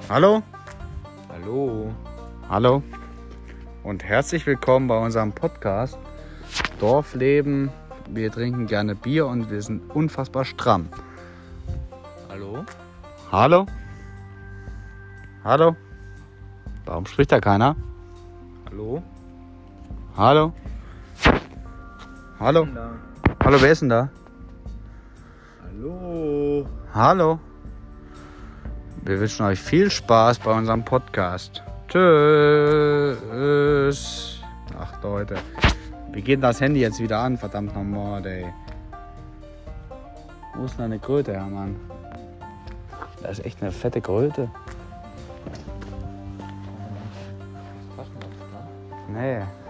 Hallo? Hallo. Hallo und herzlich willkommen bei unserem Podcast Dorfleben. Wir trinken gerne Bier und wir sind unfassbar stramm. Hallo? Hallo? Hallo? Warum spricht da keiner? Hallo? Hallo? Hallo? Hallo, wer ist denn da? Hallo? Hallo? Wir wünschen euch viel Spaß bei unserem Podcast. Tschüss. Ach Leute, wie geht denn das Handy jetzt wieder an? Verdammt nochmal, ey. Wo ist denn eine Kröte, ja Mann? Das ist echt eine fette Kröte. Nee.